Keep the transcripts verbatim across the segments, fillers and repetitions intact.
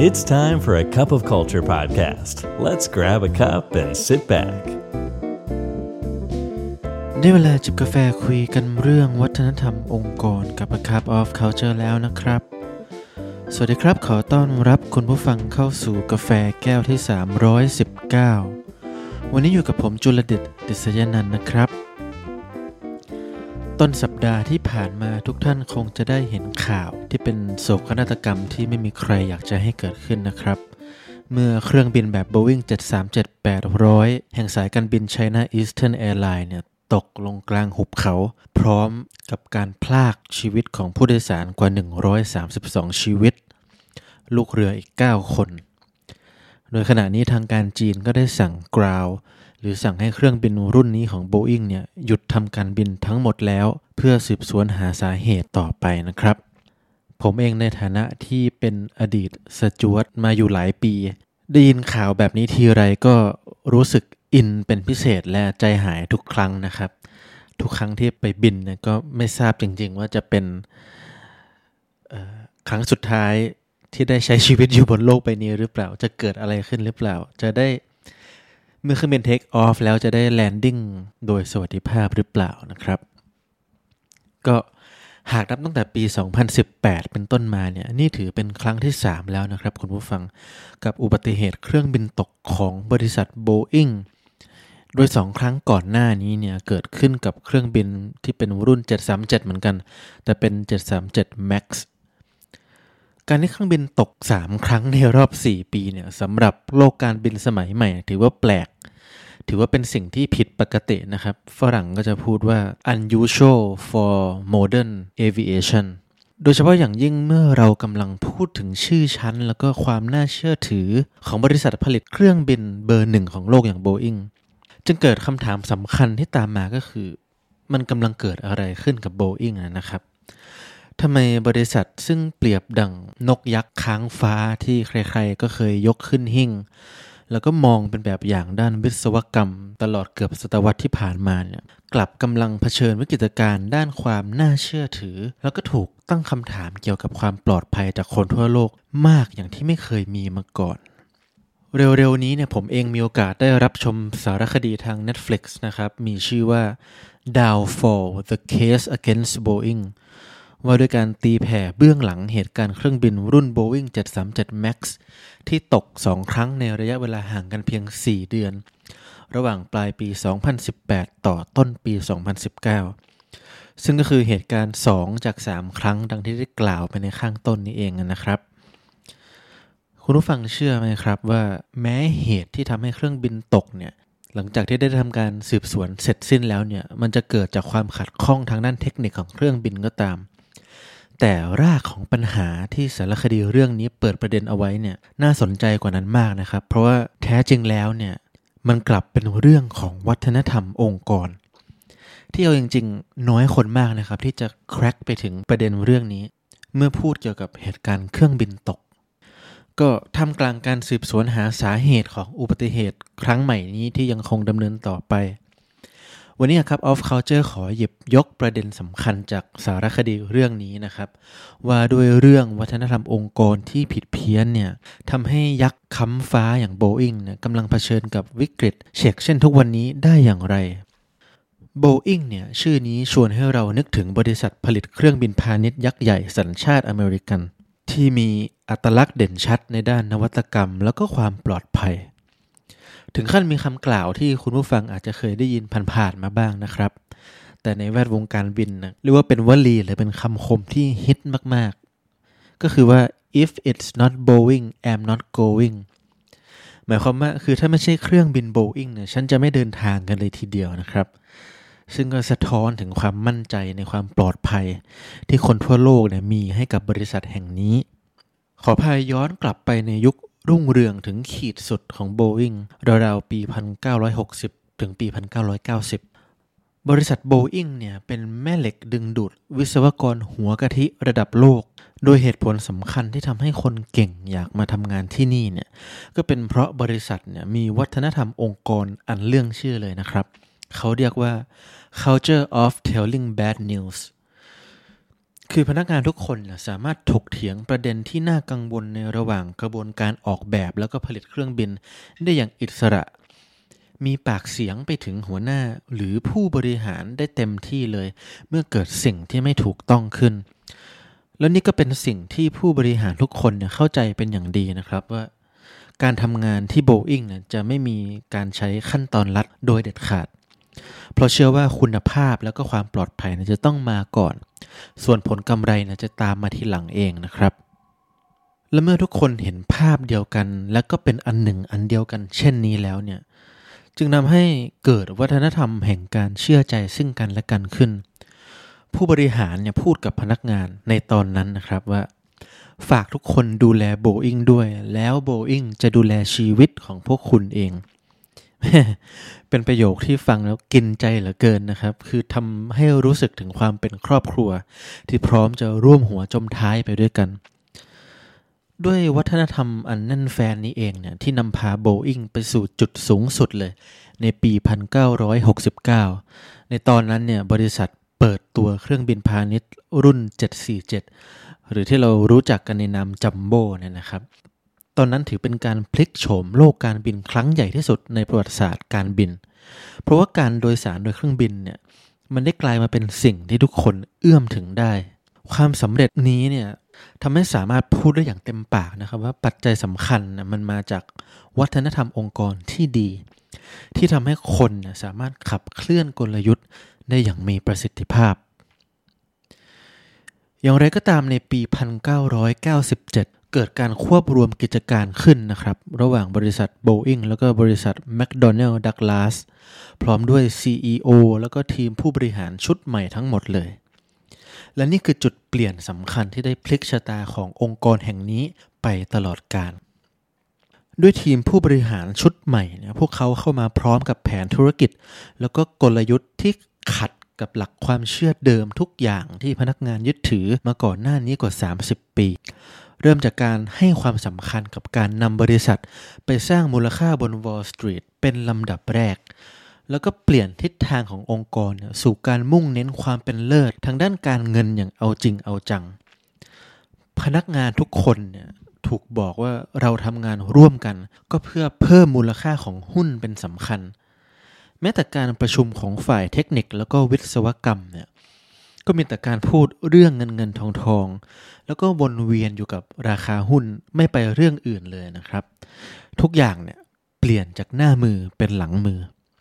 It's time for a cup of culture podcast. Let's grab a cup and sit back. ได้เวลาจิบกาแฟคุยกันเรื่องวัฒนธรรมองค์กรกับ A Cup of Culture แล้วนะครับสวัสดีครับขอต้อนรับคุณผู้ฟังเข้าสู่กาแฟแก้วที่สามร้อยสิบเก้าวันนี้อยู่กับผมจุลเดช ดิษยนันท์นะครับต้นสัปดาห์ที่ผ่านมาทุกท่านคงจะได้เห็นข่าวที่เป็นโศกนาฏกรรมที่ไม่มีใครอยากจะให้เกิดขึ้นนะครับเมื่อเครื่องบินแบบ Boeing เจ็ดสามเจ็ด แปดร้อย แห่งสายการบิน China Eastern Airlines เนี่ยตกลงกลางหุบเขาพร้อมกับการพรากชีวิตของผู้โดยสารกว่าหนึ่งร้อยสามสิบสองชีวิตลูกเรืออีกเก้าคนโดยขณะนี้ทางการจีนก็ได้สั่งกราวหรือสั่งให้เครื่องบินรุ่นนี้ของ Boeing เนี่ยหยุดทำการบินทั้งหมดแล้วเพื่อสืบสวนหาสาเหตุต่อไปนะครับผมเองในฐานะที่เป็นอดีตสจ๊วตมาอยู่หลายปีได้ยินข่าวแบบนี้ทีไรก็รู้สึกอินเป็นพิเศษและใจหายทุกครั้งนะครับทุกครั้งที่ไปบินเนี่ยก็ไม่ทราบจริงๆว่าจะเป็นครั้งสุดท้ายที่ได้ใช้ชีวิตอยู่บนโลกใบนี้หรือเปล่าจะเกิดอะไรขึ้นหรือเปล่าจะได้เมื่อเครื่องบินเทคออฟแล้วจะได้แลนดิ้งโดยสวัสดิภาพหรือเปล่านะครับก็หากนับตั้งแต่ปีสองพันสิบแปดเป็นต้นมาเนี่ยนี่ถือเป็นครั้งที่สามแล้วนะครับคุณผู้ฟังกับอุบัติเหตุเครื่องบินตกของบริษัท Boeing โดยสองครั้งก่อนหน้านี้เนี่ยเกิดขึ้นกับเครื่องบินที่เป็นรุ่นเจ็ดสามเจ็ดเหมือนกันแต่เป็นเจ็ดสามเจ็ด Max การที่เครื่องบินตกสามครั้งในรอบสี่ปีเนี่ยสำหรับโลกการบินสมัยใหม่ถือว่าแปลกถือว่าเป็นสิ่งที่ผิดปกตินะครับฝรั่งก็จะพูดว่า unusual for modern aviation โดยเฉพาะอย่างยิ่งเมื่อเรากำลังพูดถึงชื่อชั้นแล้วก็ความน่าเชื่อถือของบริษัทผลิตเครื่องบินเบอร์หนึ่งของโลกอย่าง Boeing จึงเกิดคำถามสำคัญที่ตามมาก็คือมันกำลังเกิดอะไรขึ้นกับ Boeing นะครับทำไมบริษัทซึ่งเปรียบดั่งนกยักษ์ค้างฟ้าที่ใครๆก็เคยยกขึ้นหิ้งแล้วก็มองเป็นแบบอย่างด้านวิศวกรรมตลอดเกือบศตวรรษที่ผ่านมาเนี่ยกลับกำลังเผชิญวิกฤตการณ์ด้านความน่าเชื่อถือแล้วก็ถูกตั้งคำถามเกี่ยวกับความปลอดภัยจากคนทั่วโลกมากอย่างที่ไม่เคยมีมาก่อนเร็วๆนี้เนี่ยผมเองมีโอกาสได้รับชมสารคดีทาง Netflix นะครับมีชื่อว่า Downfall: The Case Against Boeingว่าด้วยการตีแผ่เบื้องหลังเหตุการณ์เครื่องบินรุ่น Boeing เจ็ดสามเจ็ด Max ที่ตกสองครั้งในระยะเวลาห่างกันเพียงสี่เดือนระหว่างปลายปีสองพันสิบแปดต่อต้นปีสองพันสิบเก้าซึ่งก็คือเหตุการณ์สองจากสามครั้งดังที่ได้กล่าวไปในข้างต้นนี้เองนะครับคุณผู้ฟังเชื่อไหมครับว่าแม้เหตุที่ทำให้เครื่องบินตกเนี่ยหลังจากที่ได้ทำการสืบสวนเสร็จสิ้นแล้วเนี่ยมันจะเกิดจากความขัดข้องทางด้านเทคนิคของเครื่องบินก็ตามแต่รากของปัญหาที่สารคดีเรื่องนี้เปิดประเด็นเอาไว้เนี่ยน่าสนใจกว่านั้นมากนะครับเพราะว่าแท้จริงแล้วเนี่ยมันกลับเป็นเรื่องของวัฒนธรรมองค์กรที่เอาจริงๆน้อยคนมากนะครับที่จะแคร็กไปถึงประเด็นเรื่องนี้เมื่อพูดเกี่ยวกับเหตุการณ์เครื่องบินตกก็ท่ามกลางการสืบสวนหาสาเหตุของอุบัติเหตุครั้งใหม่นี้ที่ยังคงดำเนินต่อไปวันนี้ครับ Of Culture ขอหยิบยกประเด็นสำคัญจากสารคดีเรื่องนี้นะครับว่าด้วยเรื่องวัฒนธรรมองค์กรที่ผิดเพี้ยนเนี่ยทำให้ยักษ์ค้ำฟ้าอย่าง Boeing เนี่ยกำลังเผชิญกับวิกฤตเฉกเช่นทุกวันนี้ได้อย่างไร Boeing เนี่ยชื่อนี้ชวนให้เรานึกถึงบริษัทผลิตเครื่องบินพาณิชย์ยักษ์ใหญ่สัญชาติอเมริกันที่มีอัตลักษณ์เด่นชัดในด้านนวัตกรรมแล้วก็ความปลอดภัยถึงขั้นมีคำกล่าวที่คุณผู้ฟังอาจจะเคยได้ยินผ่านๆมาบ้างนะครับแต่ในแวดวงการบินนะเรียกว่าเป็นวลีหรือเป็นคำคมที่ฮิตมากๆก็คือว่า if it's not Boeing I'm not going หมายความว่าคือถ้าไม่ใช่เครื่องบิน Boeing เนี่ยฉันจะไม่เดินทางกันเลยทีเดียวนะครับซึ่งก็สะท้อนถึงความมั่นใจในความปลอดภัยที่คนทั่วโลกเนี่ยมีให้กับบริษัทแห่งนี้ขอพาย้อนกลับไปในยุครุ่งเรืองถึงขีดสุดของ Boeing ราวๆปีหนึ่งพันเก้าร้อยหกสิบถึงปีหนึ่งพันเก้าร้อยเก้าสิบบริษัท Boeing เนี่ยเป็นแม่เหล็กดึงดูดวิศวกรหัวกะทิระดับโลกโดยเหตุผลสำคัญที่ทำให้คนเก่งอยากมาทำงานที่นี่เนี่ยก็เป็นเพราะบริษัทเนี่ยมีวัฒนธรรมองค์กรอันเรื่องชื่อเลยนะครับเขาเรียกว่า culture of telling bad news คือพนักงานทุกคนสามารถถกเถียงประเด็นที่น่ากังวลในระหว่างกระบวนการออกแบบแล้วก็ผลิตเครื่องบินได้อย่างอิสระมีปากเสียงไปถึงหัวหน้าหรือผู้บริหารได้เต็มที่เลยเมื่อเกิดสิ่งที่ไม่ถูกต้องขึ้นแล้วนี่ก็เป็นสิ่งที่ผู้บริหารทุกคนเนี่ยเข้าใจเป็นอย่างดีนะครับว่าการทำงานที่ Boeing เนี่ยจะไม่มีการใช้ขั้นตอนลัดโดยเด็ดขาดเพราะเชื่อว่าคุณภาพแล้วก็ความปลอดภัยเนี่ยจะต้องมาก่อนส่วนผลกำไรเนี่ยจะตามมาทีหลังเองนะครับและเมื่อทุกคนเห็นภาพเดียวกันและก็เป็นอันหนึ่งอันเดียวกันเช่นนี้แล้วเนี่ยจึงทำให้เกิดวัฒนธรรมแห่งการเชื่อใจซึ่งกันและกันขึ้นผู้บริหารเนี่ยพูดกับพนักงานในตอนนั้นนะครับว่าฝากทุกคนดูแล Boeing ด้วยแล้ว Boeing จะดูแลชีวิตของพวกคุณเอง เป็นประโยคที่ฟังแล้วกินใจเหลือเกินนะครับคือทำให้รู้สึกถึงความเป็นครอบครัวที่พร้อมจะร่วมหัวจมท้ายไปด้วยกันด้วยวัฒนธรรมอันแน่นแฟนนี้เองเนี่ยที่นำพา Boeing ไปสู่จุดสูงสุดเลยในปีหนึ่งพันเก้าร้อยหกสิบเก้าในตอนนั้นเนี่ยบริษัทเปิดตัวเครื่องบินพาณิชย์รุ่นเจ็ดสี่เจ็ดหรือที่เรารู้จักกันในนามจัมโบ้เนี่ยนะครับตอนนั้นถือเป็นการพลิกโฉมโลกการบินครั้งใหญ่ที่สุดในประวัติศาสตร์การบินเพราะว่าการโดยสารโดยเครื่องบินเนี่ยมันได้กลายมาเป็นสิ่งที่ทุกคนเอื้อมถึงได้ความสำเร็จนี้เนี่ยทำให้สามารถพูดได้อย่างเต็มปากนะครับว่าปัจจัยสำคัญนะมันมาจากวัฒนธรรมองค์กรที่ดีที่ทำให้คนนะสามารถขับเคลื่อนกลยุทธ์ได้อย่างมีประสิทธิภาพอย่างไรก็ตามในปีหนึ่งพันเก้าร้อยเก้าสิบเจ็ดเกิดการควบรวมกิจการขึ้นนะครับระหว่างบริษัท Boeing แล้วก็บริษัท McDonnell Douglas พร้อมด้วย ซี อี โอ แล้วก็ทีมผู้บริหารชุดใหม่ทั้งหมดเลยและนี่คือจุดเปลี่ยนสำคัญที่ได้พลิกชะตาขององค์กรแห่งนี้ไปตลอดกาลด้วยทีมผู้บริหารชุดใหม่เนี่ยพวกเขาเข้ามาพร้อมกับแผนธุรกิจแล้วก็กลยุทธ์ที่ขัดกับหลักความเชื่อเดิมทุกอย่างที่พนักงานยึดถือมาก่อนหน้านี้กว่าสามสิบปีเริ่มจากการให้ความสำคัญกับการนำบริษัทไปสร้างมูลค่าบน Wall Street เป็นลำดับแรกแล้วก็เปลี่ยนทิศทางขององค์กรสู่การมุ่งเน้นความเป็นเลิศทางด้านการเงินอย่างเอาจริงเอาจังพนักงานทุกคนเนี่ยถูกบอกว่าเราทำงานร่วมกันก็เพื่อเพิ่มมูลค่าของหุ้นเป็นสำคัญแม้แต่การประชุมของฝ่ายเทคนิคแล้วก็วิศวกรรมเนี่ยก็มีแต่การพูดเรื่องเงินเงินทองทองแล้วก็วนเวียนอยู่กับราคาหุ้นไม่ไปเรื่องอื่นเลยนะครับทุกอย่างเนี่ยเปลี่ยนจากหน้ามือเป็นหลังมือ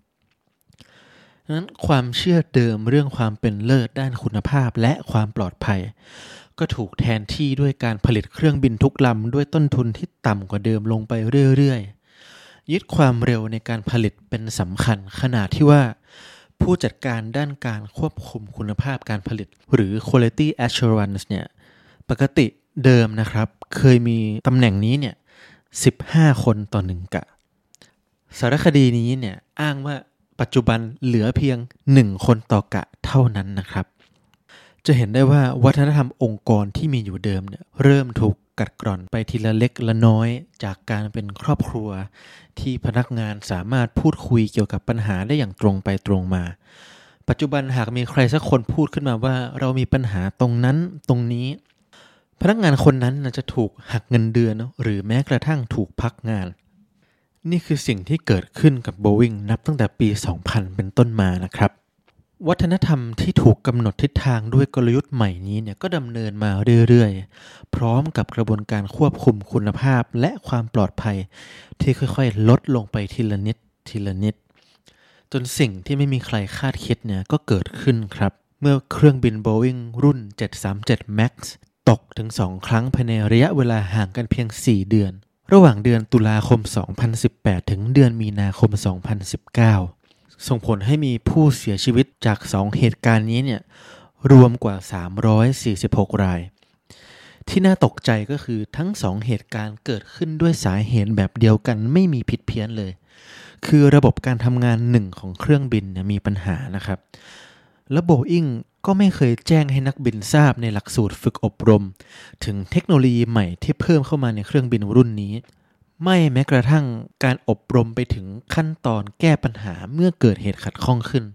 นั้นความเชื่อเดิมเรื่องความเป็นเลิศด้านคุณภาพและความปลอดภัยก็ถูกแทนที่ด้วยการผลิตเครื่องบินทุกลำด้วยต้นทุนที่ต่ำกว่าเดิมลงไปเรื่อยๆยึดความเร็วในการผลิตเป็นสำคัญขนาดที่ว่าผู้จัดการด้านการควบคุมคุณภาพการผลิตหรือ quality assurance เนี่ยปกติเดิมนะครับเคยมีตำแหน่งนี้เนี่ยสิบห้าคนต่อหนึ่งกะสารคดีนี้เนี่ยอ้างว่าปัจจุบันเหลือเพียงหนึ่งคนต่อกะเท่านั้นนะครับจะเห็นได้ว่าวัฒนธรรมองค์กรที่มีอยู่เดิมเนี่ยเริ่มถูกกัดกร่อนไปทีละเล็กละน้อยจากการเป็นครอบครัวที่พนักงานสามารถพูดคุยเกี่ยวกับปัญหาได้อย่างตรงไปตรงมาปัจจุบันหากมีใครสักคนพูดขึ้นมาว่าเรามีปัญหาตรงนั้นตรงนี้พนักงานคนนั้นจะถูกหักเงินเดือนหรือแม้กระทั่งถูกพักงานนี่คือสิ่งที่เกิดขึ้นกับ Boeing นับตั้งแต่ปี สองพัน เป็นต้นมานะครับวัฒนธรรมที่ถูกกำหนดทิศทางด้วยกลยุทธ์ใหม่นี้เนี่ยก็ดำเนินมาเรื่อยๆพร้อมกับกระบวนการควบคุมคุณภาพและความปลอดภัยที่ค่อยๆลดลงไปทีละนิดทีละนิดจนสิ่งที่ไม่มีใครคาดคิดเนี่ยก็เกิดขึ้นครับเมื่อเครื่องบิน Boeing รุ่น เจ็ดสามเจ็ด แม็กซ์ ตกถึงสองครั้งภายในระยะเวลาห่างกันเพียงสี่เดือนระหว่างเดือนตุลาคมสองพันสิบแปดถึงเดือนมีนาคมสองพันสิบเก้าส่งผลให้มีผู้เสียชีวิตจากสองเหตุการณ์นี้เนี่ยรวมกว่าสามร้อยสี่สิบหกรายที่น่าตกใจก็คือทั้งสองเหตุการณ์เกิดขึ้นด้วยสาเหตุแบบเดียวกันไม่มีผิดเพี้ยนเลยคือระบบการทำงานหนึ่งของเครื่องบินเนี่ยมีปัญหานะครับและ Boeing ก็ไม่เคยแจ้งให้นักบินทราบในหลักสูตรฝึกอบรมถึงเทคโนโลยีใหม่ที่เพิ่มเข้ามาในเครื่องบินรุ่นนี้ไม่แม้กระทั่งการอบรมไปถึงขั้นตอนแก้ปัญหาเมื่อเกิดเหตุขัดข้องขึ้น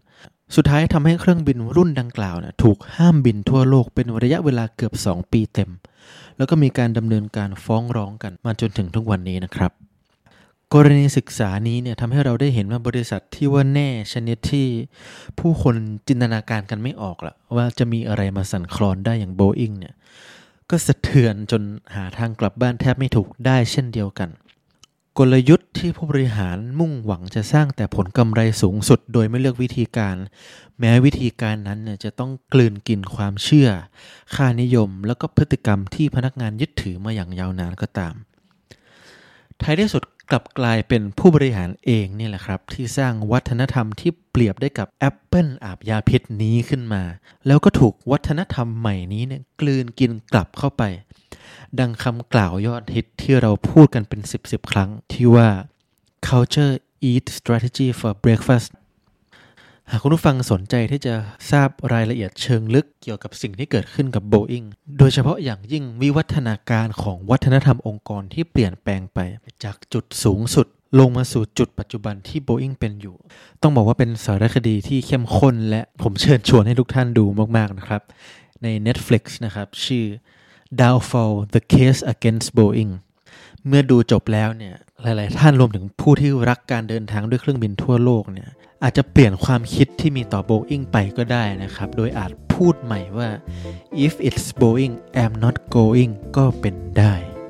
สุดท้ายทำให้เครื่องบินรุ่นดังกล่าวนะถูกห้ามบินทั่วโลกเป็นระยะเวลาเกือบสองปีเต็มแล้วก็มีการดำเนินการฟ้องร้องกันมาจนถึงทุกวันนี้นะครับกรณีศึกษานี้เนี่ยทำให้เราได้เห็นว่าบริษัทที่ว่าแน่ชนิดที่ผู้คนจินตนาการกันไม่ออกละว่าจะมีอะไรมาสั่นคลอนได้อย่าง Boeing เนี่ยก็สะเทือนจนหาทางกลับบ้านแทบไม่ถูกได้เช่นเดียวกันกลยุทธ์ที่ผู้บริหารมุ่งหวังจะสร้างแต่ผลกำไรสูงสุดโดยไม่เลือกวิธีการแม้วิธีการนั้นเนี่ยจะต้องกลืนกินความเชื่อค่านิยมแล้วก็พฤติกรรมที่พนักงานยึดถือมาอย่างยาวนานก็ตามท้ายที่สุดกลับกลายเป็นผู้บริหารเองนี่แหละครับที่สร้างวัฒนธรรมที่เปรียบได้กับแอปเปิลอาบยาพิษนี้ขึ้นมาแล้วก็ถูกวัฒนธรรมใหม่นี้เนี่ยกลืนกินกลับเข้าไปดังคำกล่าวยอดฮิตที่เราพูดกันเป็นสิบสิบครั้งที่ว่า culture eat strategy for breakfast หากคุณผู้ฟังสนใจที่จะทราบรายละเอียดเชิงลึกเกี่ยวกับสิ่งที่เกิดขึ้นกับ Boeing โดยเฉพาะอย่างยิ่งวิวัฒนาการของวัฒนธรรมองค์กรที่เปลี่ยนแปลงไปจากจุดสูงสุดลงมาสู่จุดปัจจุบันที่ Boeing เป็นอยู่ต้องบอกว่าเป็นสารคดีที่เข้มข้นและผมเชิญชวนให้ทุกท่านดูมากๆนะครับใน Netflix นะครับชื่อDownfall: The Case Against Boeing เมื่อดูจบแล้วเนี่ยหลายๆท่านรวมถึงผู้ที่รักการเดินทางด้วยเครื่องบินทั่วโลกเนี่ยอาจจะเปลี่ยนความคิดที่มีต่อ Boeing ไปก็ได้นะครับโดยอาจพูดใหม่ว่า If it's Boeing I'm not going ก็เป็นได้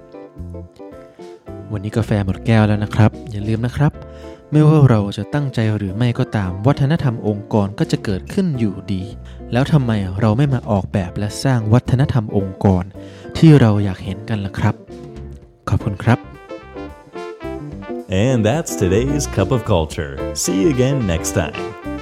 วันนี้กาแฟหมดแก้วแล้วนะครับอย่าลืมนะครับไม่ว่าเราจะตั้งใจหรือไม่ก็ตามวัฒนธรรมองค์กรก็จะเกิดขึ้นอยู่ดีแล้วทำไมเราไม่มาออกแบบและสร้างวัฒนธรรมองค์กรที่เราอยากเห็นกันล่ะครับขอบคุณครับ And that's today's Cup of Culture. See you again next time.